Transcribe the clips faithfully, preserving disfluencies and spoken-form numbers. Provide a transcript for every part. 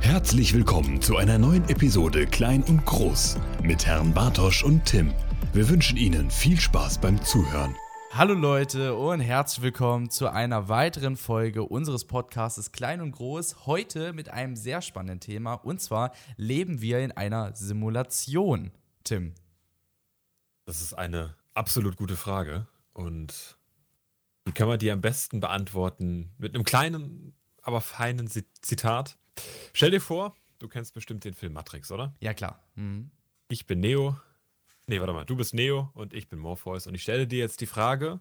Herzlich willkommen zu einer neuen Episode Klein und Groß mit Herrn Bartosch und Tim. Wir wünschen Ihnen viel Spaß beim Zuhören. Hallo Leute und herzlich willkommen zu einer weiteren Folge unseres Podcasts Klein und Groß. Heute mit einem sehr spannenden Thema, und zwar leben wir in einer Simulation, Tim? Das ist eine absolut gute Frage, und wie kann man die am besten beantworten mit einem kleinen, aber feinen Zitat. Stell dir vor, du kennst bestimmt den Film Matrix, oder? Ja, klar. Mhm. Ich bin Neo. Nee, warte mal, du bist Neo und ich bin Morpheus, und ich stelle dir jetzt die Frage: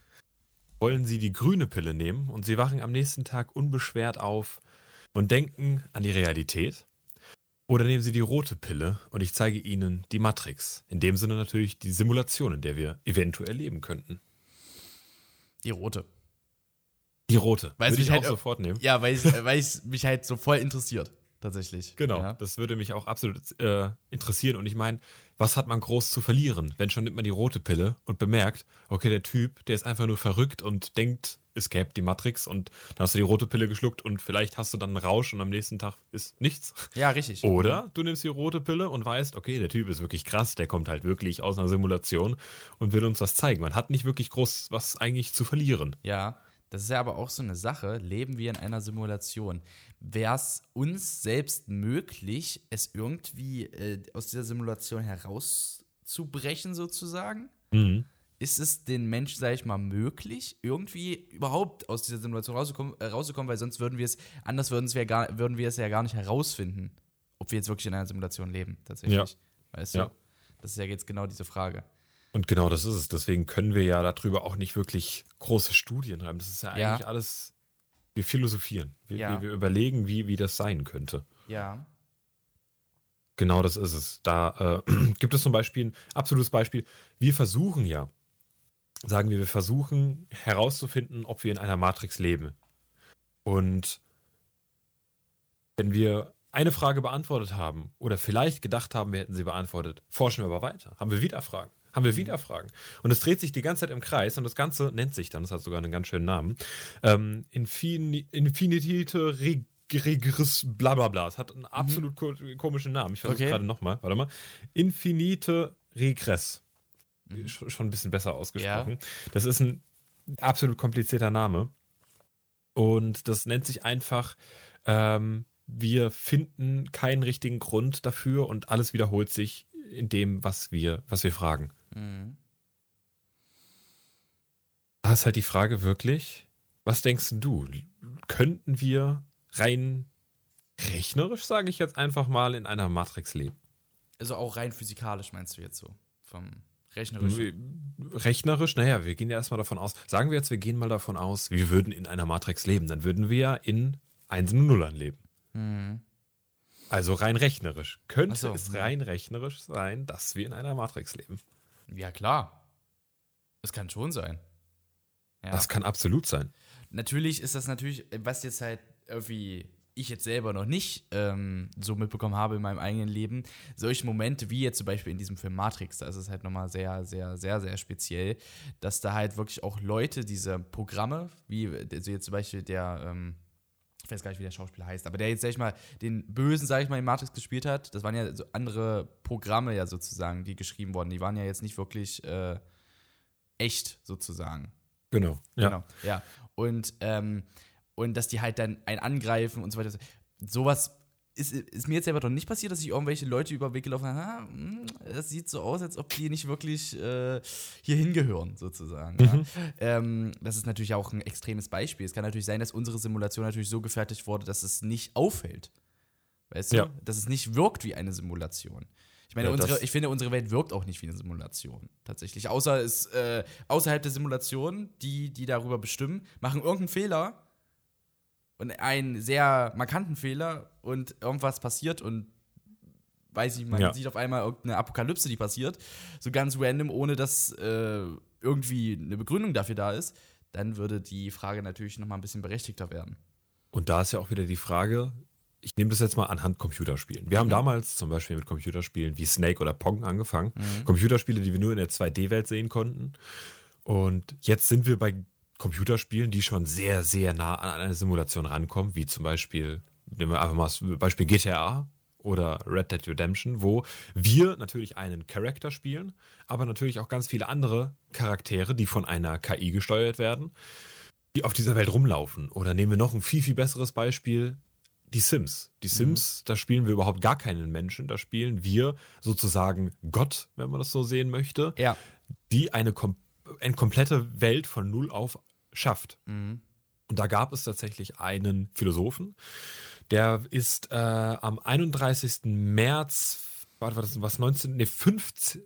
Wollen Sie die grüne Pille nehmen und Sie wachen am nächsten Tag unbeschwert auf und denken an die Realität? Oder nehmen Sie die rote Pille und ich zeige Ihnen die Matrix? In dem Sinne natürlich die Simulation, in der wir eventuell leben könnten. Die rote. Die rote. Weil Würde mich ich halt auch sofort nehmen. Ja, weil es weil es mich halt so voll interessiert, tatsächlich. Genau, Ja. das würde mich auch absolut äh, interessieren. Und ich meine, was hat man groß zu verlieren? Wenn schon, nimmt man die rote Pille und bemerkt, okay, der Typ, der ist einfach nur verrückt und denkt, es gäbe die Matrix, und dann hast du die rote Pille geschluckt und vielleicht hast du dann einen Rausch und am nächsten Tag ist nichts. Ja, richtig. Oder du nimmst die rote Pille und weißt, okay, der Typ ist wirklich krass, der kommt halt wirklich aus einer Simulation und will uns was zeigen. Man hat nicht wirklich groß was eigentlich zu verlieren. Ja, das ist ja aber auch so eine Sache. Leben wir in einer Simulation? Wäre es uns selbst möglich, es irgendwie äh, aus dieser Simulation herauszubrechen, sozusagen? Mhm. Ist es den Menschen, sag ich mal, möglich, irgendwie überhaupt aus dieser Simulation rauszukommen, äh, rauszukommen, weil sonst würden wir es, anders würden wir, gar, würden wir es ja gar nicht herausfinden, ob wir jetzt wirklich in einer Simulation leben, tatsächlich. Ja. Weißt du? Ja. Das ist ja jetzt genau diese Frage. Und genau das ist es. Deswegen können wir ja darüber auch nicht wirklich große Studien haben. Das ist ja Ja. eigentlich alles, wir philosophieren. Wir, Ja. wir, wir überlegen, wie, wie das sein könnte. Ja. Genau das ist es. Da äh, gibt es zum Beispiel ein absolutes Beispiel. Wir versuchen ja, sagen wir, wir versuchen herauszufinden, ob wir in einer Matrix leben. Und wenn wir eine Frage beantwortet haben oder vielleicht gedacht haben, wir hätten sie beantwortet, forschen wir aber weiter. Haben wir wieder Fragen. Haben wir wieder Fragen. Und es dreht sich die ganze Zeit im Kreis, und das Ganze nennt sich dann, das hat sogar einen ganz schönen Namen, ähm, Infin- Infinite Reg- Regress bla bla bla. Es hat einen absolut ko- komischen Namen. Ich versuche es Okay. gerade nochmal. Warte mal. Infinite Regress. Mhm. Sch- Schon ein bisschen besser ausgesprochen. Das ist ein absolut komplizierter Name. Und das nennt sich einfach, ähm, wir finden keinen richtigen Grund dafür und alles wiederholt sich in dem, was wir, was wir fragen. Mhm. Da ist halt die Frage wirklich, was denkst du? Könnten wir rein rechnerisch, sage ich jetzt einfach mal, in einer Matrix leben? Also auch rein physikalisch meinst du jetzt so? Vom Rechnerischen? Rechnerisch, naja, wir gehen ja erstmal davon aus, sagen wir jetzt, wir gehen mal davon aus, wir würden in einer Matrix leben, dann würden wir ja in Einsen und Nullern leben. Mhm. Also rein rechnerisch. Könnte Ach so, es ja. rein rechnerisch sein, dass wir in einer Matrix leben? Ja, klar. Es kann schon sein. Ja. Das kann absolut sein. Natürlich ist das natürlich, was jetzt halt irgendwie ich jetzt selber noch nicht ähm, so mitbekommen habe in meinem eigenen Leben, solche Momente wie jetzt zum Beispiel in diesem Film Matrix, da ist es halt nochmal sehr, sehr, sehr, sehr speziell, dass da halt wirklich auch Leute diese Programme, wie also jetzt zum Beispiel der, ähm, ich weiß gar nicht, wie der Schauspieler heißt, aber der jetzt, sag ich mal, den Bösen, sag ich mal, in Matrix gespielt hat, das waren ja so andere Programme ja sozusagen, die geschrieben wurden, die waren ja jetzt nicht wirklich äh, echt sozusagen. Genau. Ja. Genau, ja. Und, ähm, und dass die halt dann einen angreifen und so weiter. Sowas ist, ist mir jetzt selber noch nicht passiert, dass sich irgendwelche Leute über den Weg gelaufen haben. Ah, mh, das sieht so aus, als ob die nicht wirklich äh, hier hingehören, sozusagen. Mhm. Ja. Ähm, das ist natürlich auch ein extremes Beispiel. Es kann natürlich sein, dass unsere Simulation natürlich so gefertigt wurde, dass es nicht auffällt. Weißt du? Ja. Dass es nicht wirkt wie eine Simulation. Ich meine, Ja, unsere, das- ich finde, unsere Welt wirkt auch nicht wie eine Simulation, tatsächlich. Außer es, äh, außerhalb der Simulation, die, die darüber bestimmen, machen irgendeinen Fehler und einen sehr markanten Fehler und irgendwas passiert und weiß ich, man Ja. sieht auf einmal irgendeine Apokalypse, die passiert, so ganz random, ohne dass äh, irgendwie eine Begründung dafür da ist, dann würde die Frage natürlich nochmal ein bisschen berechtigter werden. Und da ist ja auch wieder die Frage, ich nehme das jetzt mal anhand Computerspielen. Wir haben Mhm. damals zum Beispiel mit Computerspielen wie Snake oder Pong angefangen. Mhm. Computerspiele, die wir nur in der zwei D-Welt sehen konnten. Und jetzt sind wir bei Computerspielen, die schon sehr, sehr nah an eine Simulation rankommen, wie zum Beispiel nehmen wir einfach mal das Beispiel G T A oder Red Dead Redemption, wo wir natürlich einen Charakter spielen, aber natürlich auch ganz viele andere Charaktere, die von einer K I gesteuert werden, die auf dieser Welt rumlaufen. Oder nehmen wir noch ein viel, viel besseres Beispiel, die Sims. Die Sims, mhm. da spielen wir überhaupt gar keinen Menschen, da spielen wir sozusagen Gott, wenn man das so sehen möchte, ja. die eine, kom eine komplette Welt von Null auf schafft. Mhm. Und da gab es tatsächlich einen Philosophen, der ist äh, am einunddreißigsten März, warte, war das was, neunzehn, nee, fünfzehn,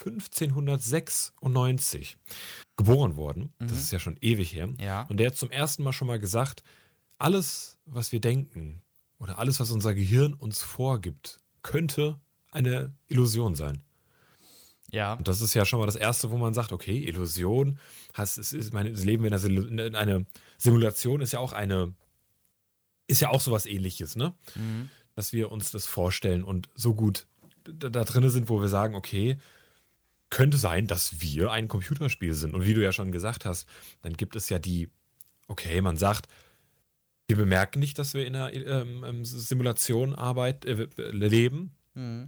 fünfzehnhundertsechsundneunzig geboren worden. Mhm. Das ist ja schon ewig her. Ja. Und der hat zum ersten Mal schon mal gesagt, alles, was wir denken oder alles, was unser Gehirn uns vorgibt, könnte eine Illusion sein. Ja. Und das ist ja schon mal das Erste, wo man sagt, okay, Illusion, hast, es ist, meine, das Leben in einer, in einer Simulation ist ja auch eine, ist ja auch sowas Ähnliches, ne? Mhm. Dass wir uns das vorstellen und so gut da, da drin sind, wo wir sagen, okay, könnte sein, dass wir ein Computerspiel sind. Und wie du ja schon gesagt hast, dann gibt es ja die, okay, man sagt, wir bemerken nicht, dass wir in einer ähm, Simulation arbeit, äh, leben. Mhm.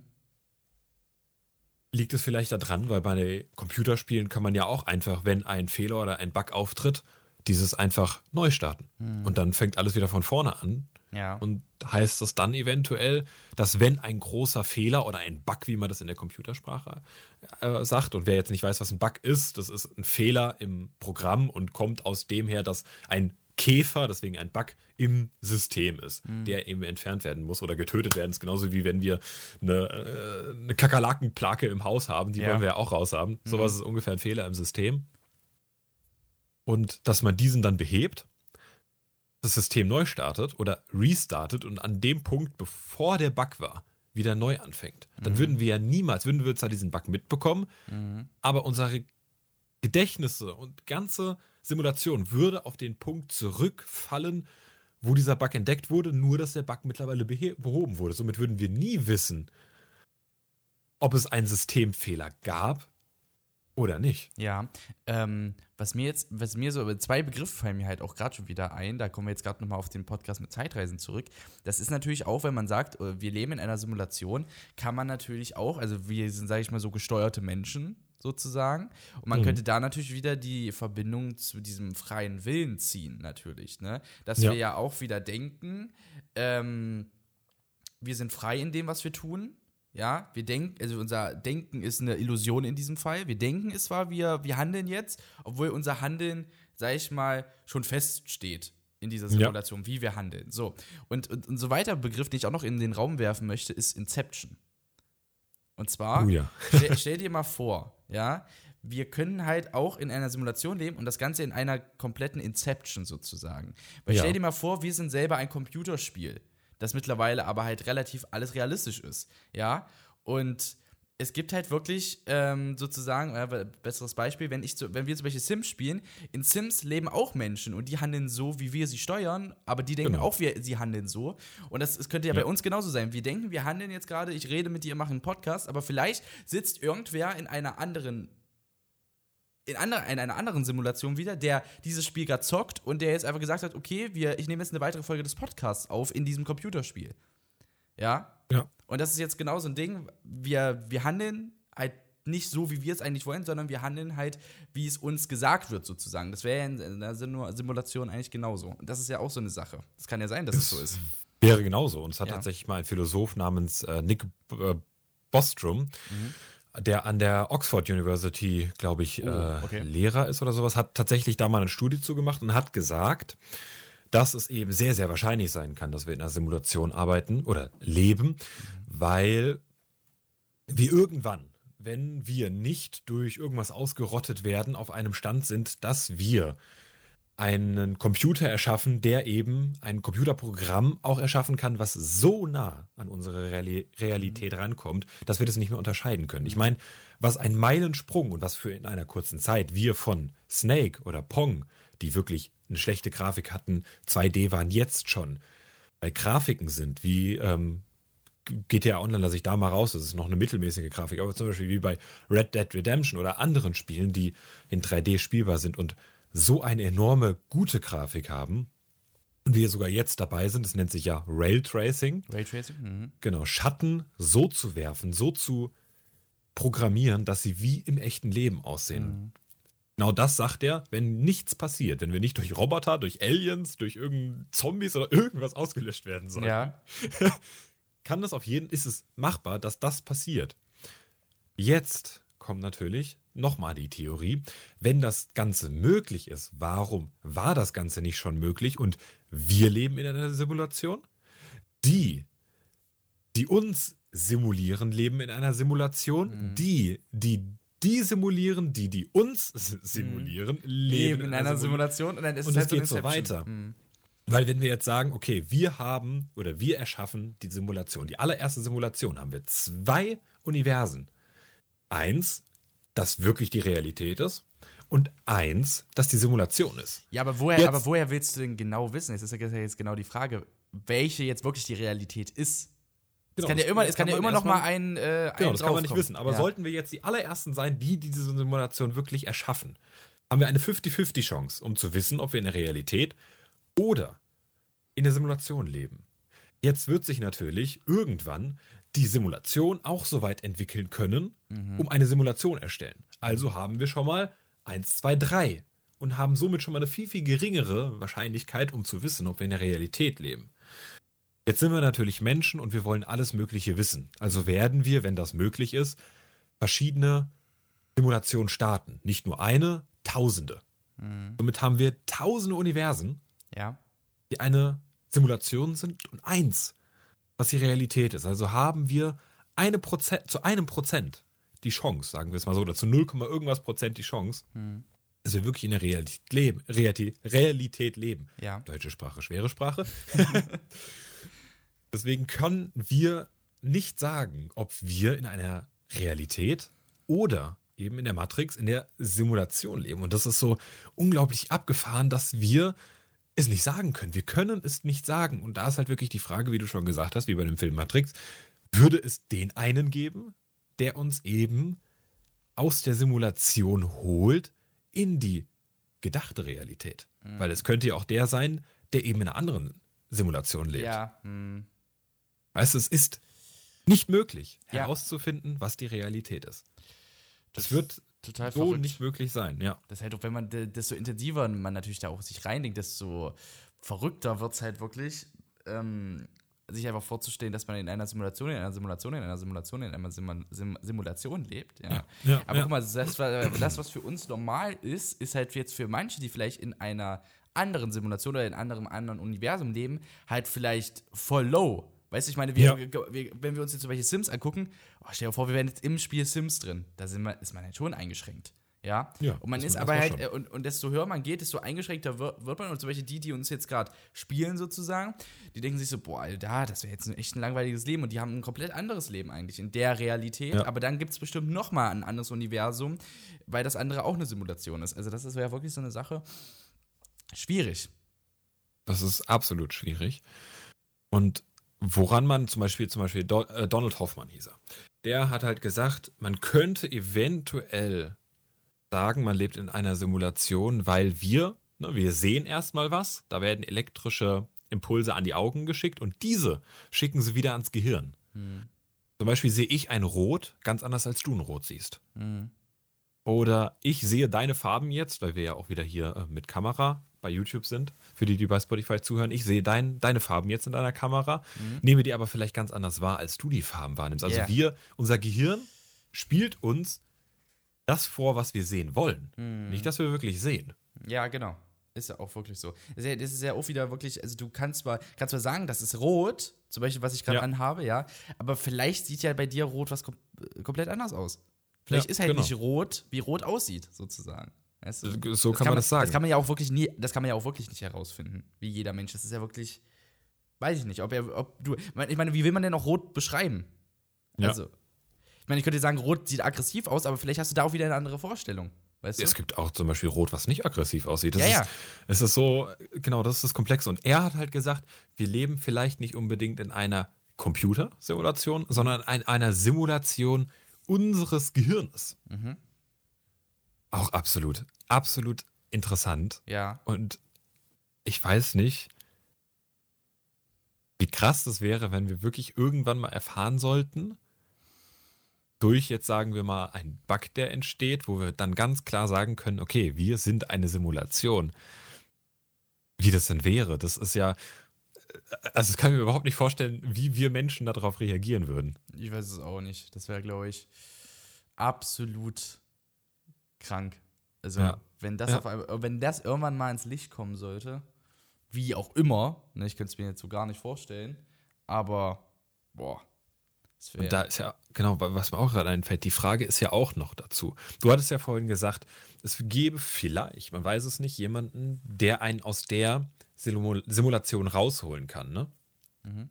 Liegt es vielleicht daran, weil bei Computerspielen kann man ja auch einfach, wenn ein Fehler oder ein Bug auftritt, dieses einfach neu starten. Mhm. Und dann fängt alles wieder von vorne an. Ja. Und heißt das dann eventuell, dass wenn ein großer Fehler oder ein Bug, wie man das in der Computersprache äh, sagt, und wer jetzt nicht weiß, was ein Bug ist, das ist ein Fehler im Programm und kommt aus dem her, dass ein Käfer, deswegen ein Bug, im System ist, mhm. der eben entfernt werden muss oder getötet werden. Das ist genauso wie wenn wir eine, äh, eine Kakerlakenplake im Haus haben, die ja. wollen wir ja auch raushaben. Mhm. Sowas ist ungefähr ein Fehler im System. Und dass man diesen dann behebt, das System neu startet oder restartet und an dem Punkt, bevor der Bug war, wieder neu anfängt. Dann mhm. würden wir ja niemals, würden wir zwar diesen Bug mitbekommen, mhm. aber unsere Gedächtnisse und ganze Simulation würde auf den Punkt zurückfallen, wo dieser Bug entdeckt wurde, nur dass der Bug mittlerweile behoben wurde. Somit würden wir nie wissen, ob es einen Systemfehler gab oder nicht. Ja, ähm, was mir jetzt, was mir so, zwei Begriffe fallen mir halt auch gerade schon wieder ein, da kommen wir jetzt gerade nochmal auf den Podcast mit Zeitreisen zurück. Das ist natürlich auch, wenn man sagt, wir leben in einer Simulation, kann man natürlich auch, also wir sind, sage ich mal, so gesteuerte Menschen sozusagen, und man mhm. könnte da natürlich wieder die Verbindung zu diesem freien Willen ziehen, natürlich, ne? Dass ja. wir ja auch wieder denken, ähm, wir sind frei in dem, was wir tun. Ja, wir denken, also unser Denken ist eine Illusion in diesem Fall. Wir denken es zwar, wir, wir handeln jetzt, obwohl unser Handeln, sag ich mal, schon feststeht in dieser Simulation, ja. wie wir handeln. So. Und, und, und so weiter Begriff, den ich auch noch in den Raum werfen möchte, ist Inception. Und zwar, oh ja. stell, stell dir mal vor, ja, wir können halt auch in einer Simulation leben und das Ganze in einer kompletten Inception sozusagen. Weil ja. stell dir mal vor, wir sind selber ein Computerspiel, das mittlerweile aber halt relativ alles realistisch ist, ja, und es gibt halt wirklich ähm, sozusagen, äh, besseres Beispiel, wenn, ich zu, wenn wir zum Beispiel Sims spielen, in Sims leben auch Menschen und die handeln so, wie wir sie steuern, aber die denken genau. auch, wir, sie handeln so, und das, das könnte ja, ja bei uns genauso sein. Wir denken, wir handeln jetzt gerade, ich rede mit dir, mache einen Podcast, aber vielleicht sitzt irgendwer in einer anderen In, andere, in einer anderen Simulation wieder, der dieses Spiel gerade zockt und der jetzt einfach gesagt hat, okay, wir, ich nehme jetzt eine weitere Folge des Podcasts auf in diesem Computerspiel. Ja? Ja. Und das ist jetzt genau so ein Ding, wir, wir handeln halt nicht so, wie wir es eigentlich wollen, sondern wir handeln halt, wie es uns gesagt wird, sozusagen. Das wäre ja in einer Simulation eigentlich genauso. Und das ist ja auch so eine Sache. Es kann ja sein, dass es so ist. Wäre genauso. Und es hat ja. tatsächlich mal ein Philosoph namens äh, Nick äh, Bostrom, mhm. der an der Oxford University, glaube ich, oh, okay. äh, Lehrer ist oder sowas, hat tatsächlich da mal eine Studie zugemacht und hat gesagt, dass es eben sehr, sehr wahrscheinlich sein kann, dass wir in einer Simulation arbeiten oder leben, mhm. weil wir irgendwann, wenn wir nicht durch irgendwas ausgerottet werden, auf einem Stand sind, dass wir einen Computer erschaffen, der eben ein Computerprogramm auch erschaffen kann, was so nah an unsere Reali- Realität mhm. rankommt, dass wir das nicht mehr unterscheiden können. Ich meine, was ein Meilensprung und was für in einer kurzen Zeit wir von Snake oder Pong, die wirklich eine schlechte Grafik hatten, zwei D waren jetzt schon, bei Grafiken sind, wie ähm, G T A Online lasse ich da mal raus, das ist noch eine mittelmäßige Grafik, aber zum Beispiel wie bei Red Dead Redemption oder anderen Spielen, die in drei D spielbar sind und so eine enorme gute Grafik haben, und wir sogar jetzt dabei sind, das nennt sich ja Raytracing, Raytracing? Mhm. genau, Schatten so zu werfen, so zu programmieren, dass sie wie im echten Leben aussehen. Mhm. Genau das sagt er, wenn nichts passiert, wenn wir nicht durch Roboter, durch Aliens, durch irgendein Zombies oder irgendwas ausgelöscht werden sollen, Ja. kann das auf jeden, ist es machbar, dass das passiert. Jetzt kommt natürlich nochmal die Theorie, wenn das Ganze möglich ist, warum war das Ganze nicht schon möglich und wir leben in einer Simulation? Die, die uns simulieren, leben in einer Simulation. Mhm. Die, die die simulieren, die, die uns simulieren, leben, Leben in einer Simulation. Und dann ist Und es es halt so geht so Inception. weiter. Mhm. Weil wenn wir jetzt sagen, okay, wir haben oder wir erschaffen die Simulation, die allererste Simulation, haben wir zwei Universen. Eins, das wirklich die Realität ist und eins, das die Simulation ist. Ja, aber woher, Jetzt- aber woher willst du denn genau wissen? Das ist ja jetzt genau die Frage, welche jetzt wirklich die Realität ist. Genau, es kann ja das immer, es kann ja man immer noch erstmal- mal ein, äh, Genau, ein das kann man nicht draufkommen. wissen. Aber ja. sollten wir jetzt die allerersten sein, die diese Simulation wirklich erschaffen, haben wir eine fünfzig fünfzig Chance, um zu wissen, ob wir in der Realität oder in der Simulation leben. Jetzt wird sich natürlich irgendwann die Simulation auch so weit entwickeln können, Mhm. um eine Simulation erstellen. Also haben wir schon mal eins, zwei, drei und haben somit schon mal eine viel, viel geringere Wahrscheinlichkeit, um zu wissen, ob wir in der Realität leben. Jetzt sind wir natürlich Menschen und wir wollen alles Mögliche wissen. Also werden wir, wenn das möglich ist, verschiedene Simulationen starten. Nicht nur eine, tausende. Mhm. Somit haben wir tausende Universen, Ja. die eine Simulation sind und eins, was die Realität ist. Also haben wir eine Prozent, zu einem Prozent die Chance, sagen wir es mal so, oder zu null, irgendwas Prozent die Chance, Mhm. dass wir wirklich in der Realität leben. Realität, Realität leben. Ja. Deutsche Sprache, schwere Sprache. Deswegen können wir nicht sagen, ob wir in einer Realität oder eben in der Matrix, in der Simulation leben. Und das ist so unglaublich abgefahren, dass wir es nicht sagen können. Wir können es nicht sagen. Und da ist halt wirklich die Frage, wie du schon gesagt hast, wie bei dem Film Matrix, würde es den einen geben, der uns eben aus der Simulation holt in die gedachte Realität? Mhm. Weil es könnte ja auch der sein, der eben in einer anderen Simulation lebt. Ja. Mhm. Weißt du, es ist nicht möglich, Ja. herauszufinden, was die Realität ist. Das Das wird Total so verrückt. nicht möglich sein, ja. Das ist halt auch, wenn man, de- desto intensiver man natürlich da auch sich reindenkt, desto verrückter wird es halt wirklich, ähm, sich einfach vorzustellen, dass man in einer Simulation, in einer Simulation, in einer Simulation, in einer Sim Sim Simulation lebt. Ja. Ja, ja, Aber ja. guck mal, das, das, was für uns normal ist, ist halt jetzt für manche, die vielleicht in einer anderen Simulation oder in einem anderen Universum leben, halt vielleicht voll low. Weißt du, ich meine, wir, Ja. wir, wenn wir uns jetzt zum Beispiel Sims angucken, oh, stell dir vor, wir wären jetzt im Spiel Sims drin. Da sind wir, ist man halt schon eingeschränkt. Ja, Ja, und man ist ist man aber halt, erstmal äh, und, und desto höher man geht, desto eingeschränkter wird, wird man. Und zum Beispiel die, die uns jetzt gerade spielen sozusagen, die denken sich so, boah, Alter, das wäre jetzt ein echt ein langweiliges Leben. Und die haben ein komplett anderes Leben eigentlich in der Realität. Ja. Aber dann gibt es bestimmt noch mal ein anderes Universum, weil das andere auch eine Simulation ist. Also das ist ja wirklich so eine Sache. Schwierig. Das ist absolut schwierig. Und woran man zum Beispiel, zum Beispiel Do äh, Donald Hoffmann hieß er, der hat halt gesagt, man könnte eventuell sagen, man lebt in einer Simulation, weil wir, ne, wir sehen erstmal was, da werden elektrische Impulse an die Augen geschickt und diese schicken sie wieder ans Gehirn. Hm. Zum Beispiel sehe ich ein Rot ganz anders, als du ein Rot siehst. Hm. Oder ich sehe deine Farben jetzt, weil wir ja auch wieder hier äh, mit Kamera bei YouTube sind, für die, die bei Spotify zuhören. Ich sehe dein, deine Farben jetzt in deiner Kamera, Mhm. nehme die aber vielleicht ganz anders wahr, als du die Farben wahrnimmst. Also Ja. wir, unser Gehirn spielt uns das vor, was wir sehen wollen. Mhm. Nicht, dass wir wirklich sehen. Ja, genau. Ist ja auch wirklich so. Das ist ja, das ist ja auch wieder wirklich, also du kannst zwar, kannst zwar sagen, das ist rot, zum Beispiel, was ich gerade Ja. anhabe, ja, aber vielleicht sieht ja bei dir rot was kom komplett anders aus. Vielleicht Ja, ist halt genau. nicht rot, wie rot aussieht, sozusagen. Weißt du? So kann man das sagen. Das kann man ja auch wirklich nie, das kann man ja auch wirklich nicht herausfinden, wie jeder Mensch. Das ist ja wirklich, weiß ich nicht, ob er, ob du, ich meine, wie will man denn auch rot beschreiben? Ja. Also, ich meine, ich könnte sagen, rot sieht aggressiv aus, aber vielleicht hast du da auch wieder eine andere Vorstellung. Weißt du? Es gibt auch zum Beispiel Rot, was nicht aggressiv aussieht. Das Ja, ist, ja. Es ist so, genau, das ist das Komplexe. Und er hat halt gesagt, wir leben vielleicht nicht unbedingt in einer Computersimulation, sondern in einer Simulation unseres Gehirns. Mhm. Auch absolut, absolut interessant. Ja. Und ich weiß nicht, wie krass das wäre, wenn wir wirklich irgendwann mal erfahren sollten, durch jetzt sagen wir mal einen Bug, der entsteht, wo wir dann ganz klar sagen können, okay, wir sind eine Simulation. Wie das denn wäre, das ist ja, also das kann ich mir überhaupt nicht vorstellen, wie wir Menschen darauf reagieren würden. Ich weiß es auch nicht. Das wäre, glaube ich, absolut krank. Also, Ja. wenn das Ja. auf einmal, wenn das irgendwann mal ins Licht kommen sollte, wie auch immer, ne, ich könnte es mir jetzt so gar nicht vorstellen, aber boah, das Und wäre. da ist ja, genau, was mir auch gerade einfällt, die Frage ist ja auch noch dazu. Du hattest ja vorhin gesagt, es gäbe vielleicht, man weiß es nicht, jemanden, der einen aus der Simu- Simulation rausholen kann, ne? Mhm.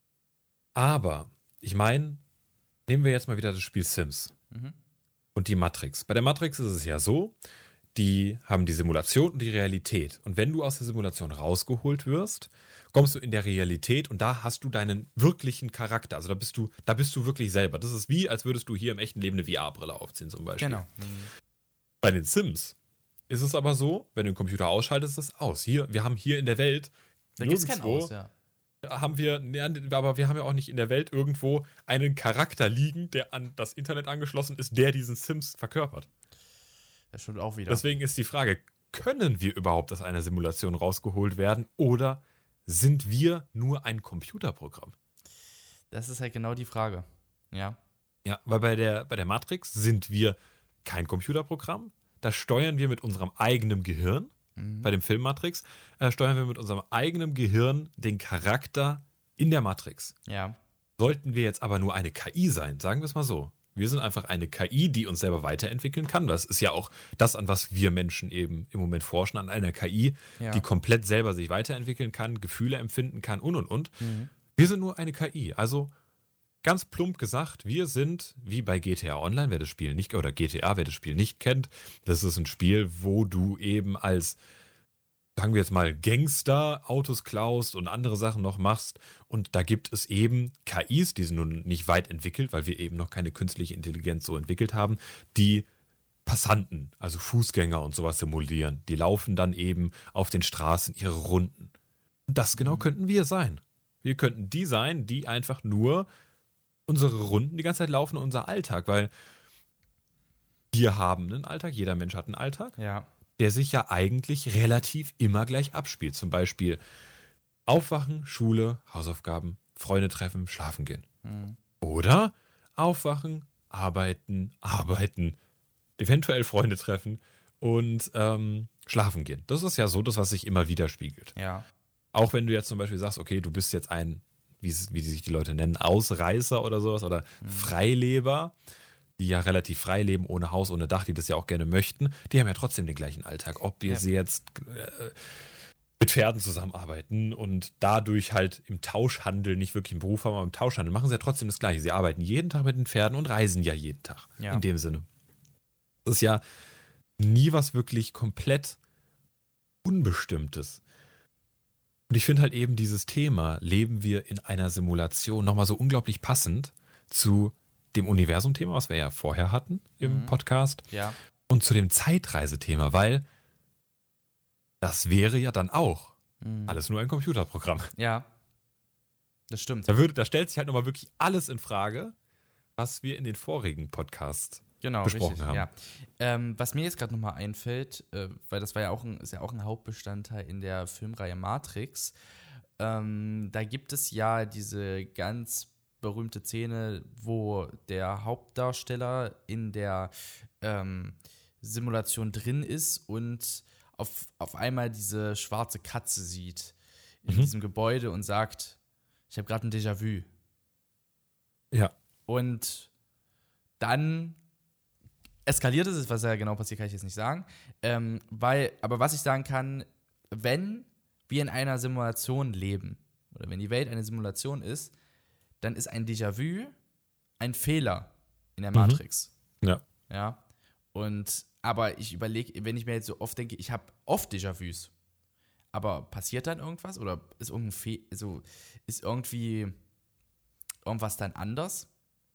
Aber, ich meine, nehmen wir jetzt mal wieder das Spiel Sims Mhm. und die Matrix. Bei der Matrix ist es ja so, die haben die Simulation und die Realität. Und wenn du aus der Simulation rausgeholt wirst, kommst du in der Realität und da hast du deinen wirklichen Charakter. Also da bist du, da bist du wirklich selber. Das ist wie, als würdest du hier im echten Leben eine V R-Brille aufziehen zum Beispiel. Genau. Mhm. Bei den Sims ist es aber so, wenn du den Computer ausschaltest, ist es aus. Hier, wir haben hier in der Welt Da gibt es kein nirgendwo Aus, ja. haben wir, ne, aber wir haben ja auch nicht in der Welt irgendwo einen Charakter liegen, der an das Internet angeschlossen ist, der diesen Sims verkörpert. Das stimmt auch wieder. Deswegen ist die Frage, können wir überhaupt aus einer Simulation rausgeholt werden oder sind wir nur ein Computerprogramm? Das ist halt genau die Frage. Ja. Ja, weil bei der, bei der Matrix sind wir kein Computerprogramm. Da steuern wir mit unserem eigenen Gehirn. Mhm. Bei dem Film Matrix äh, steuern wir mit unserem eigenen Gehirn den Charakter in der Matrix. Ja. Sollten wir jetzt aber nur eine K I sein, sagen wir es mal so. Wir sind einfach eine K I, die uns selber weiterentwickeln kann. Das ist ja auch das, an was wir Menschen eben im Moment forschen, an einer K I, Ja. die komplett selber sich weiterentwickeln kann, Gefühle empfinden kann und und und. Mhm. Wir sind nur eine K I. Also ganz plump gesagt, wir sind wie bei G T A Online, wer das Spiel nicht, oder G T A, wer das Spiel nicht kennt, das ist ein Spiel, wo du eben als, sagen wir jetzt mal, Gangster Autos klaust und andere Sachen noch machst. Und da gibt es eben K Is, die sind nun nicht weit entwickelt, weil wir eben noch keine künstliche Intelligenz so entwickelt haben, die Passanten, also Fußgänger und sowas simulieren. Die laufen dann eben auf den Straßen ihre Runden. Und das genau Mhm. könnten wir sein. Wir könnten die sein, die einfach nur unsere Runden die ganze Zeit laufen, unser Alltag, weil wir haben einen Alltag, jeder Mensch hat einen Alltag, Ja. der sich ja eigentlich relativ immer gleich abspielt. Zum Beispiel aufwachen, Schule, Hausaufgaben, Freunde treffen, schlafen gehen. Mhm. Oder aufwachen, arbeiten, arbeiten, eventuell Freunde treffen und ähm, schlafen gehen. Das ist ja so das, was sich immer widerspiegelt. Ja. Auch wenn du jetzt zum Beispiel sagst, okay, du bist jetzt ein, wie, es- wie sich die Leute nennen, Ausreißer oder sowas oder Mhm. Freileber, die ja relativ frei leben, ohne Haus, ohne Dach, die das ja auch gerne möchten, die haben ja trotzdem den gleichen Alltag. Ob wir Ja. sie jetzt äh, mit Pferden zusammenarbeiten und dadurch halt im Tauschhandel nicht wirklich einen Beruf haben, aber im Tauschhandel machen sie ja trotzdem das Gleiche. Sie arbeiten jeden Tag mit den Pferden und reisen ja jeden Tag. Ja. In dem Sinne. Das ist ja nie was wirklich komplett Unbestimmtes. Und ich finde halt eben dieses Thema, leben wir in einer Simulation, nochmal so unglaublich passend zu dem Universum-Thema, was wir ja vorher hatten im Mhm. Podcast, Ja. und zu dem Zeitreisethema, weil das wäre ja dann auch Mhm. alles nur ein Computerprogramm. Ja. Das stimmt. Da, würde, da stellt sich halt nochmal wirklich alles in Frage, was wir in den vorigen Podcasts Genau, besprochen richtig, haben. ja. Ähm, was mir jetzt gerade nochmal einfällt, äh, weil das war ja auch ein, ist ja auch ein Hauptbestandteil in der Filmreihe Matrix, ähm, da gibt es ja diese ganz berühmte Szene, wo der Hauptdarsteller in der ähm, Simulation drin ist und auf, auf einmal diese schwarze Katze sieht in Mhm. diesem Gebäude und sagt, ich habe gerade ein Déjà-vu. Ja. Und dann eskaliert es, was ja genau passiert, kann ich jetzt nicht sagen. Ähm, weil, aber was ich sagen kann, wenn wir in einer Simulation leben, oder wenn die Welt eine Simulation ist, dann ist ein Déjà-vu ein Fehler in der Mhm. Matrix. Ja. Ja. Und, aber ich überlege, wenn ich mir jetzt so oft denke, ich habe oft Déjà-vus. Aber passiert dann irgendwas? Oder ist irgendein Fe also ist irgendwie irgendwas dann anders?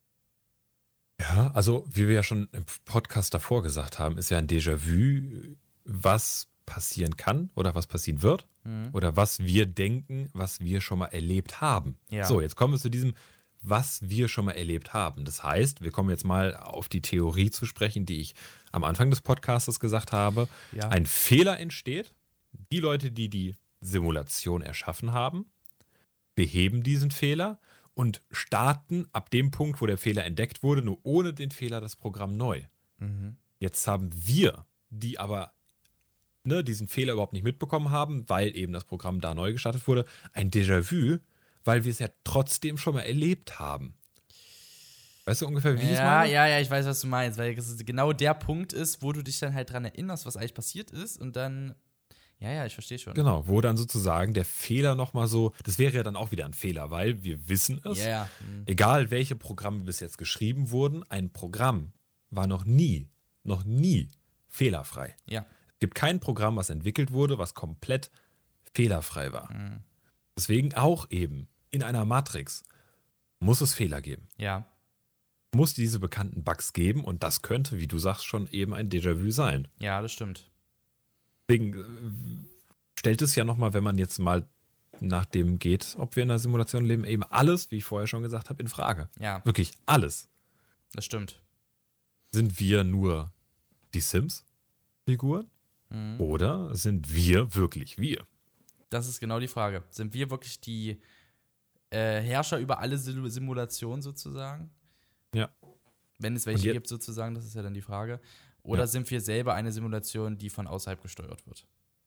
Ja, also wie wir ja schon im Podcast davor gesagt haben, ist ja ein Déjà-vu was passieren kann oder was passieren wird Mhm. oder was wir denken, was wir schon mal erlebt haben. Ja. So, jetzt kommen wir zu diesem, was wir schon mal erlebt haben. Das heißt, wir kommen jetzt mal auf die Theorie zu sprechen, die ich am Anfang des Podcastes gesagt habe. Ja. Ein Fehler entsteht. Die Leute, die die Simulation erschaffen haben, beheben diesen Fehler und starten ab dem Punkt, wo der Fehler entdeckt wurde, nur ohne den Fehler das Programm neu. Mhm. Jetzt haben wir, die aber ne, diesen Fehler überhaupt nicht mitbekommen haben, weil eben das Programm da neu gestartet wurde, ein Déjà-vu, weil wir es ja trotzdem schon mal erlebt haben. Weißt du ungefähr, wie ich es Ja, meine? ja, ja, ich weiß, was du meinst, weil das genau der Punkt ist, wo du dich dann halt dran erinnerst, was eigentlich passiert ist und dann, ja, ja, ich verstehe schon. Genau, wo dann sozusagen der Fehler nochmal so, das wäre ja dann auch wieder ein Fehler, weil wir wissen es, Ja, ja. Mhm. egal welche Programme bis jetzt geschrieben wurden, ein Programm war noch nie, noch nie fehlerfrei. Ja. Es gibt kein Programm, was entwickelt wurde, was komplett fehlerfrei war. Mhm. Deswegen auch eben in einer Matrix muss es Fehler geben. Ja. Muss diese bekannten Bugs geben und das könnte, wie du sagst, schon eben ein Déjà-vu sein. Ja, das stimmt. Deswegen äh, stellt es ja nochmal, wenn man jetzt mal nach dem geht, ob wir in einer Simulation leben, eben alles, wie ich vorher schon gesagt habe, in Frage. Ja, Wirklich alles. das stimmt. Sind wir nur die Sims-Figuren Mhm. oder sind wir wirklich wir? Das ist genau die Frage. Sind wir wirklich die äh, Herrscher über alle Sim- Simulationen sozusagen? Ja. Wenn es Und welche je- gibt sozusagen, das ist ja dann die Frage. Oder Ja. sind wir selber eine Simulation, die von außerhalb gesteuert wird?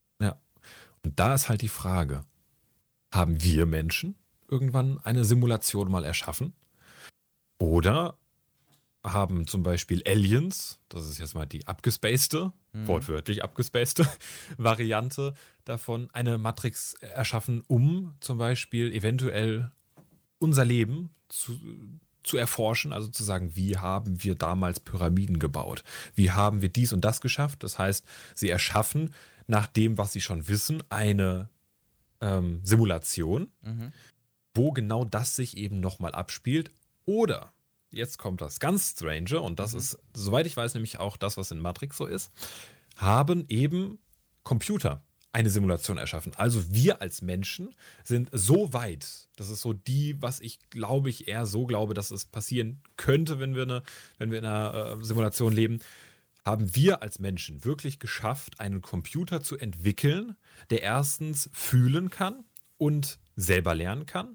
Und da ist halt die Frage, haben wir Menschen irgendwann eine Simulation mal erschaffen? Oder haben zum Beispiel Aliens, das ist jetzt mal die abgespacede, Mhm. wortwörtlich abgespacede Variante davon, eine Matrix erschaffen, um zum Beispiel eventuell unser Leben zu, zu erforschen, also zu sagen, wie haben wir damals Pyramiden gebaut? Wie haben wir dies und das geschafft? Das heißt, sie erschaffen nach dem, was sie schon wissen, eine ähm, Simulation, Mhm. wo genau das sich eben nochmal abspielt. Oder, jetzt kommt das ganz Strange, und das Mhm. ist, soweit ich weiß, nämlich auch das, was in Matrix so ist, haben eben Computer eine Simulation erschaffen. Also wir als Menschen sind so weit, das ist so die, was ich glaube, ich eher so glaube, dass es passieren könnte, wenn wir, eine, wenn wir in einer äh, Simulation leben, haben wir als Menschen wirklich geschafft, einen Computer zu entwickeln, der erstens fühlen kann und selber lernen kann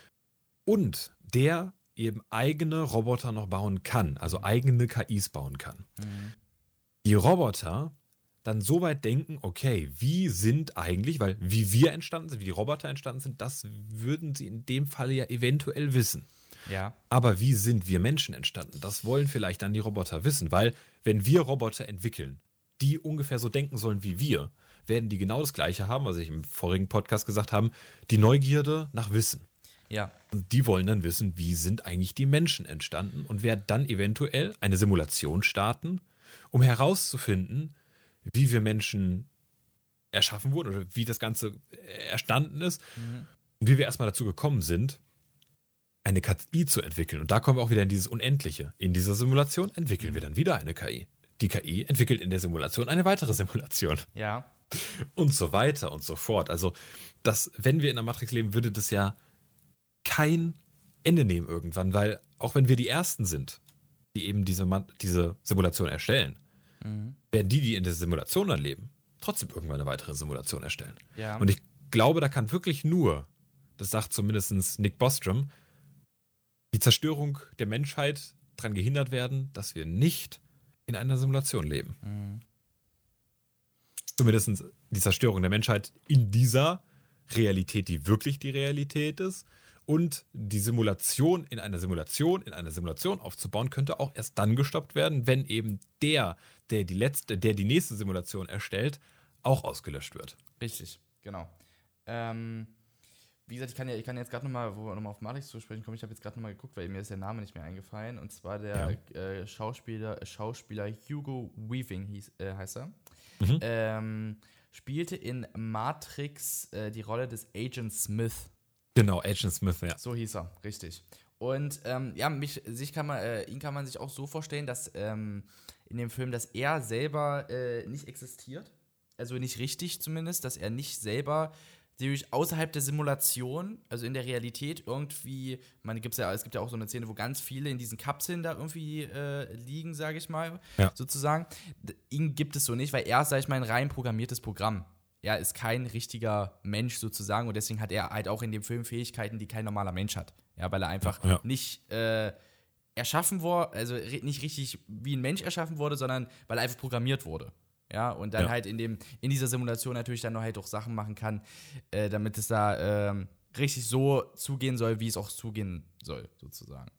und der eben eigene Roboter noch bauen kann, also eigene K Is bauen kann. Mhm. Die Roboter dann so weit denken, okay, wie sind eigentlich, weil wie wir entstanden sind, wie die Roboter entstanden sind, das würden sie in dem Fall ja eventuell wissen. Ja. Aber wie sind wir Menschen entstanden? Das wollen vielleicht dann die Roboter wissen, weil wenn wir Roboter entwickeln, die ungefähr so denken sollen wie wir, werden die genau das Gleiche haben, was ich im vorigen Podcast gesagt habe, die Neugierde nach Wissen. Ja. Und die wollen dann wissen, wie sind eigentlich die Menschen entstanden und werden dann eventuell eine Simulation starten, um herauszufinden, wie wir Menschen erschaffen wurden oder wie das Ganze erstanden ist Mhm. und wie wir erstmal dazu gekommen sind, eine K I zu entwickeln. Und da kommen wir auch wieder in dieses Unendliche. In dieser Simulation entwickeln wir dann wieder eine K I. Die K I entwickelt in der Simulation eine weitere Simulation. Ja. Und so weiter und so fort. Also, das, wenn wir in der Matrix leben, würde das ja kein Ende nehmen irgendwann, weil auch wenn wir die Ersten sind, die eben diese, Ma- diese Simulation erstellen, Mhm. werden die, die in der Simulation dann leben, trotzdem irgendwann eine weitere Simulation erstellen. Ja. Und ich glaube, da kann wirklich nur, das sagt zumindest Nick Bostrom, die Zerstörung der Menschheit daran gehindert werden, dass wir nicht in einer Simulation leben. Mhm. Zumindest die Zerstörung der Menschheit in dieser Realität, die wirklich die Realität ist. Und die Simulation in einer Simulation, in einer Simulation aufzubauen, könnte auch erst dann gestoppt werden, wenn eben der, der die letzte, der die nächste Simulation erstellt, auch ausgelöscht wird. Richtig, genau. Ähm, wie gesagt, ich kann ja, ich kann jetzt gerade nochmal, wo wir nochmal auf Matrix zu sprechen kommen, ich habe jetzt gerade nochmal geguckt, weil mir ist der Name nicht mehr eingefallen. Und zwar der äh, Schauspieler, Schauspieler Hugo Weaving hieß, äh, heißt er. Mhm. Ähm, spielte in Matrix äh, die Rolle des Agent Smith. Genau, Agent Smith, ja. So hieß er, richtig. Und ähm, ja, mich, sich kann man, äh, ihn kann man sich auch so vorstellen, dass ähm, in dem Film, dass er selber äh, nicht existiert, also nicht richtig zumindest, dass er nicht selber durch außerhalb der Simulation, also in der Realität irgendwie, man gibt's ja, es gibt ja auch so eine Szene, wo ganz viele in diesen Kapseln da irgendwie äh, liegen, sage ich mal, Ja. sozusagen. D- Ihn gibt es so nicht, weil er ist, sag ich mal, ein rein programmiertes Programm. Er ist kein richtiger Mensch sozusagen und deswegen hat er halt auch in dem Film Fähigkeiten, die kein normaler Mensch hat. Ja, weil er einfach Ja. nicht äh, erschaffen wurde, also ri- nicht richtig wie ein Mensch erschaffen wurde, sondern weil er einfach programmiert wurde. Ja, und dann Ja. halt in dem, in dieser Simulation natürlich dann noch halt auch Sachen machen kann, äh, damit es da ähm, richtig so zugehen soll, wie es auch zugehen soll, sozusagen.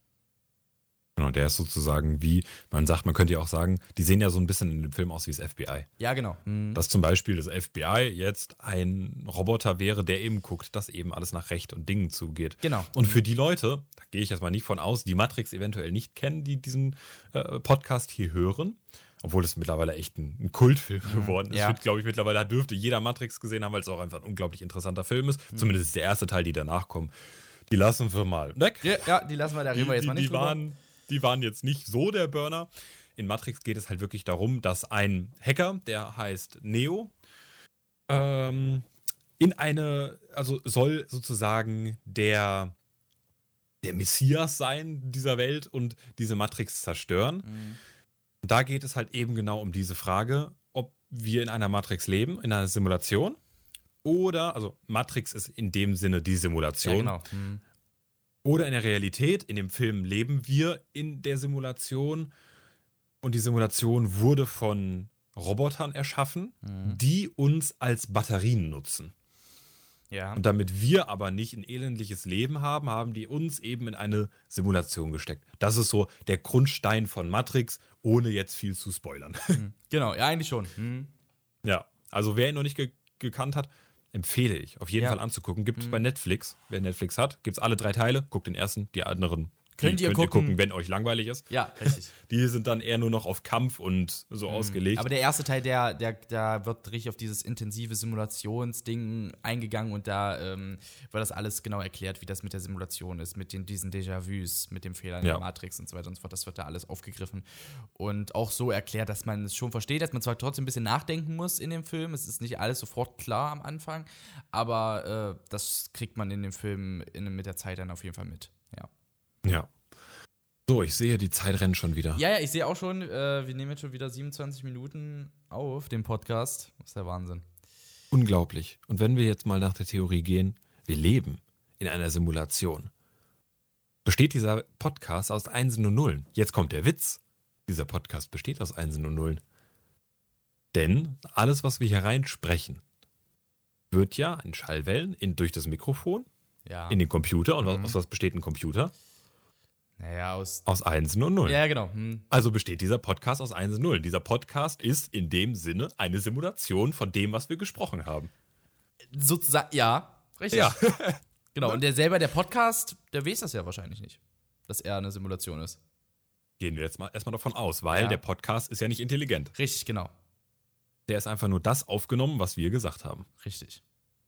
Genau, der ist sozusagen wie, man sagt, man könnte ja auch sagen, die sehen ja so ein bisschen in dem Film aus wie das F B I. Ja, genau. Mhm. Dass zum Beispiel das F B I jetzt ein Roboter wäre, der eben guckt, dass eben alles nach Recht und Dingen zugeht. Genau. Und für die Leute, da gehe ich jetzt mal nicht von aus, die Matrix eventuell nicht kennen, die diesen äh, Podcast hier hören, obwohl es mittlerweile echt ein, ein Kultfilm geworden ist. ja. Ich glaube ich, mittlerweile da dürfte jeder Matrix gesehen haben, weil es auch einfach ein unglaublich interessanter Film ist. Mhm. Zumindest ist der erste Teil, die danach kommen. Die lassen wir mal weg. Ja, ja, die lassen wir, da reden wir jetzt die, mal nicht die, drüber. waren, die waren jetzt nicht so der Burner. In Matrix geht es halt wirklich darum, dass ein Hacker, der heißt Neo, ähm, in eine, also soll sozusagen der, der Messias sein dieser Welt und diese Matrix zerstören. Mhm. Und da geht es halt eben genau um diese Frage, ob wir in einer Matrix leben, in einer Simulation, oder, also Matrix ist in dem Sinne die Simulation, Ja, genau. Mhm. oder in der Realität. In dem Film leben wir in der Simulation und die Simulation wurde von Robotern erschaffen, Mhm. die uns als Batterien nutzen. Ja. Und damit wir aber nicht ein elendliches Leben haben, haben die uns eben in eine Simulation gesteckt. Das ist so der Grundstein von Matrix, ohne jetzt viel zu spoilern. Mhm. Genau, ja, eigentlich schon. Mhm. Ja, also wer ihn noch nicht ge gekannt hat, empfehle ich auf jeden Ja. Fall anzugucken. Gibt es Mhm. bei Netflix. Wer Netflix hat, gibt es alle drei Teile. Guckt den ersten, die anderen Könnt die ihr gucken. wenn euch langweilig ist. Ja, richtig. Die sind dann eher nur noch auf Kampf und so ausgelegt. Aber der erste Teil, der, der, da wird richtig auf dieses intensive Simulationsding eingegangen und da ähm, wird das alles genau erklärt, wie das mit der Simulation ist, mit den, diesen Déjà-vus, mit dem Fehler in Ja. der Matrix und so weiter und so fort. Das wird da alles aufgegriffen und auch so erklärt, dass man es schon versteht, dass man zwar trotzdem ein bisschen nachdenken muss in dem Film. Es ist nicht alles sofort klar am Anfang, aber äh, das kriegt man in dem Film in, mit der Zeit dann auf jeden Fall mit. Ja. ja. So, ich sehe, die Zeit rennt schon wieder. Ja, ja, ich sehe auch schon, äh, wir nehmen jetzt schon wieder siebenundzwanzig Minuten auf, den Podcast. Das ist der Wahnsinn. Unglaublich. Und wenn wir jetzt mal nach der Theorie gehen, wir leben in einer Simulation. Besteht dieser Podcast aus Einsen und Nullen? Jetzt kommt der Witz. Dieser Podcast besteht aus Einsen und Nullen. Denn alles, was wir hier reinsprechen, wird ja in Schallwellen in, durch das Mikrofon, Ja. in den Computer. Und Mhm. aus was besteht ein Computer? Naja, aus. Aus Einsen und Nullen. Ja, genau. Hm. Also besteht dieser Podcast aus Einsen und Nullen. Dieser Podcast ist in dem Sinne eine Simulation von dem, was wir gesprochen haben. Sozusagen, ja, richtig. Ja. Genau, und der selber, der Podcast, der weiß das ja wahrscheinlich nicht, dass er eine Simulation ist. Gehen wir jetzt mal erstmal davon aus, weil Ja. der Podcast ist ja nicht intelligent. Richtig, genau. Der ist einfach nur das aufgenommen, was wir gesagt haben. Richtig.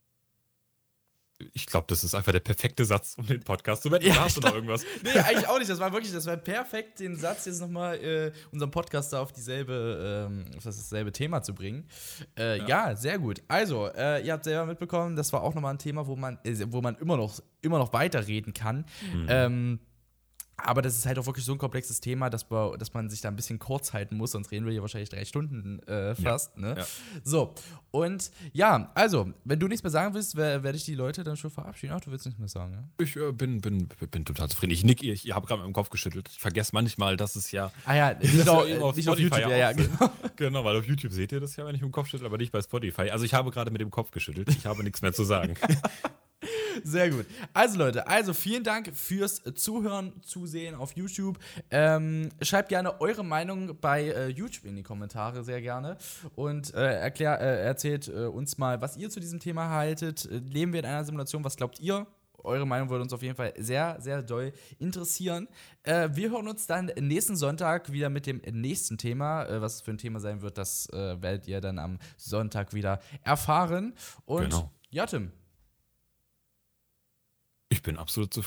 Ich glaube, das ist einfach der perfekte Satz, um den Podcast zu beenden. Ja, Oder hast du ich noch glaub- irgendwas? Nee, eigentlich auch nicht. Das war wirklich, das war perfekt, den Satz jetzt nochmal äh, unserem Podcast da auf dieselbe, ähm, auf dasselbe Thema zu bringen. Äh, ja. Ja. sehr gut. Also, äh, ihr habt selber mitbekommen, das war auch nochmal ein Thema, wo man, äh, wo man immer noch, immer noch weiterreden kann. Mhm. Ähm, aber das ist halt auch wirklich so ein komplexes Thema, dass, wir, dass man sich da ein bisschen kurz halten muss, sonst reden wir hier wahrscheinlich drei Stunden äh, fast. Ne? ja. So, und ja, also, wenn du nichts mehr sagen willst, wer- werde ich die Leute dann schon verabschieden. Ach, du willst nichts mehr sagen, ja? Ich äh, bin, bin, bin total zufrieden. Ich nick, ich, ich habe gerade mit dem Kopf geschüttelt. Ich vergesse manchmal, dass es ja. Ah ja, Das nicht, ja auf, eben auf nicht auf Spotify YouTube, ja, ja, auch sind. genau. Genau, weil auf YouTube seht ihr das ja, wenn ich mit dem Kopf schüttle, aber nicht bei Spotify. Also ich habe gerade mit dem Kopf geschüttelt. Ich habe nichts mehr zu sagen. Sehr gut. Also Leute, also vielen Dank fürs Zuhören, Zusehen auf YouTube. Ähm, schreibt gerne eure Meinung bei äh, YouTube in die Kommentare, sehr gerne. Und äh, erklär, äh, erzählt äh, uns mal, was ihr zu diesem Thema haltet. Äh, Leben wir in einer Simulation? Was glaubt ihr? Eure Meinung würde uns auf jeden Fall sehr, sehr doll interessieren. Äh, wir hören uns dann nächsten Sonntag wieder mit dem nächsten Thema. Äh, was es für ein Thema sein wird, das äh, werdet ihr dann am Sonntag wieder erfahren. Und Genau. ja, Tim. Ich bin absolut zufrieden.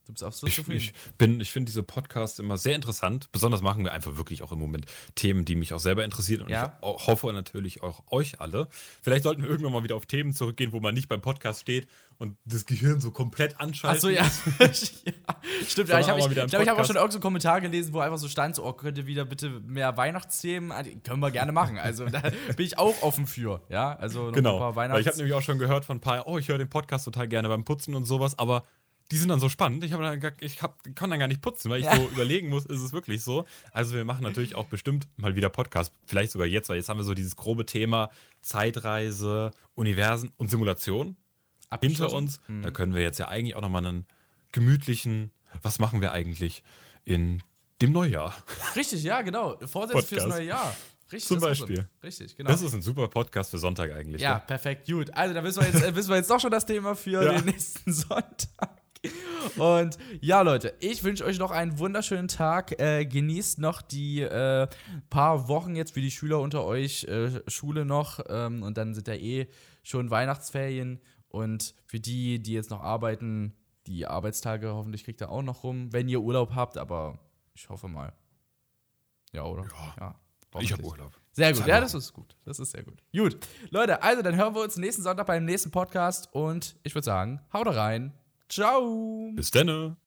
Du bist absolut Ich, zufrieden. ich bin, ich finde diese Podcasts immer sehr interessant. Besonders machen wir einfach wirklich auch im Moment Themen, die mich auch selber interessieren. Und Ja. ich ho- hoffe natürlich auch euch alle. Vielleicht sollten wir irgendwann mal wieder auf Themen zurückgehen, wo man nicht beim Podcast steht und das Gehirn so komplett anschaltet. Achso, ja. ja. Stimmt, ja. Ich habe Sondern auch ich, wieder ich, im glaub, ich hab auch Podcast. schon irgendeinen so Kommentar gelesen, wo einfach so stand, so, oh, könnt ihr wieder bitte mehr Weihnachtsthemen? Ah, die können wir gerne machen. Also da bin ich auch offen für. Ja, also noch Genau. ein paar Weil Weihnachts... ich habe nämlich auch schon gehört von ein paar, oh, ich höre den Podcast total gerne beim Putzen und sowas, aber die sind dann so spannend. Ich, hab dann gar, ich hab, kann dann gar nicht putzen, weil ich Ja. so überlegen muss, ist es wirklich so? Also wir machen natürlich auch bestimmt mal wieder Podcast, vielleicht sogar jetzt, weil jetzt haben wir so dieses grobe Thema Zeitreise, Universen und Simulation hinter abgeschlossen. uns. Mhm. Da können wir jetzt ja eigentlich auch nochmal einen gemütlichen, was machen wir eigentlich in dem Neujahr? Richtig, ja, genau. Vorsätze fürs Podcast. neue Jahr. Richtig, Zum das ist Beispiel. so. Richtig, genau. Das ist ein super Podcast für Sonntag eigentlich. Ja, Ne? perfekt, gut. Also, da wissen wir jetzt, äh, wissen wir jetzt doch schon das Thema für Ja. den nächsten Sonntag. Und ja, Leute, ich wünsche euch noch einen wunderschönen Tag. Äh, genießt noch die äh, paar Wochen jetzt für die Schüler unter euch, äh, Schule noch. Ähm, und dann sind ja eh schon Weihnachtsferien. Und für die, die jetzt noch arbeiten, die Arbeitstage hoffentlich kriegt ihr auch noch rum, wenn ihr Urlaub habt. Aber ich hoffe mal. Ja, oder? Ja. Ich hoffentlich. habe Urlaub. Sehr gut, Zwei ja, Wochen. das ist gut. Das ist sehr gut. Gut, Leute, also dann hören wir uns nächsten Sonntag beim nächsten Podcast und ich würde sagen, haut rein. Ciao. Bis dann.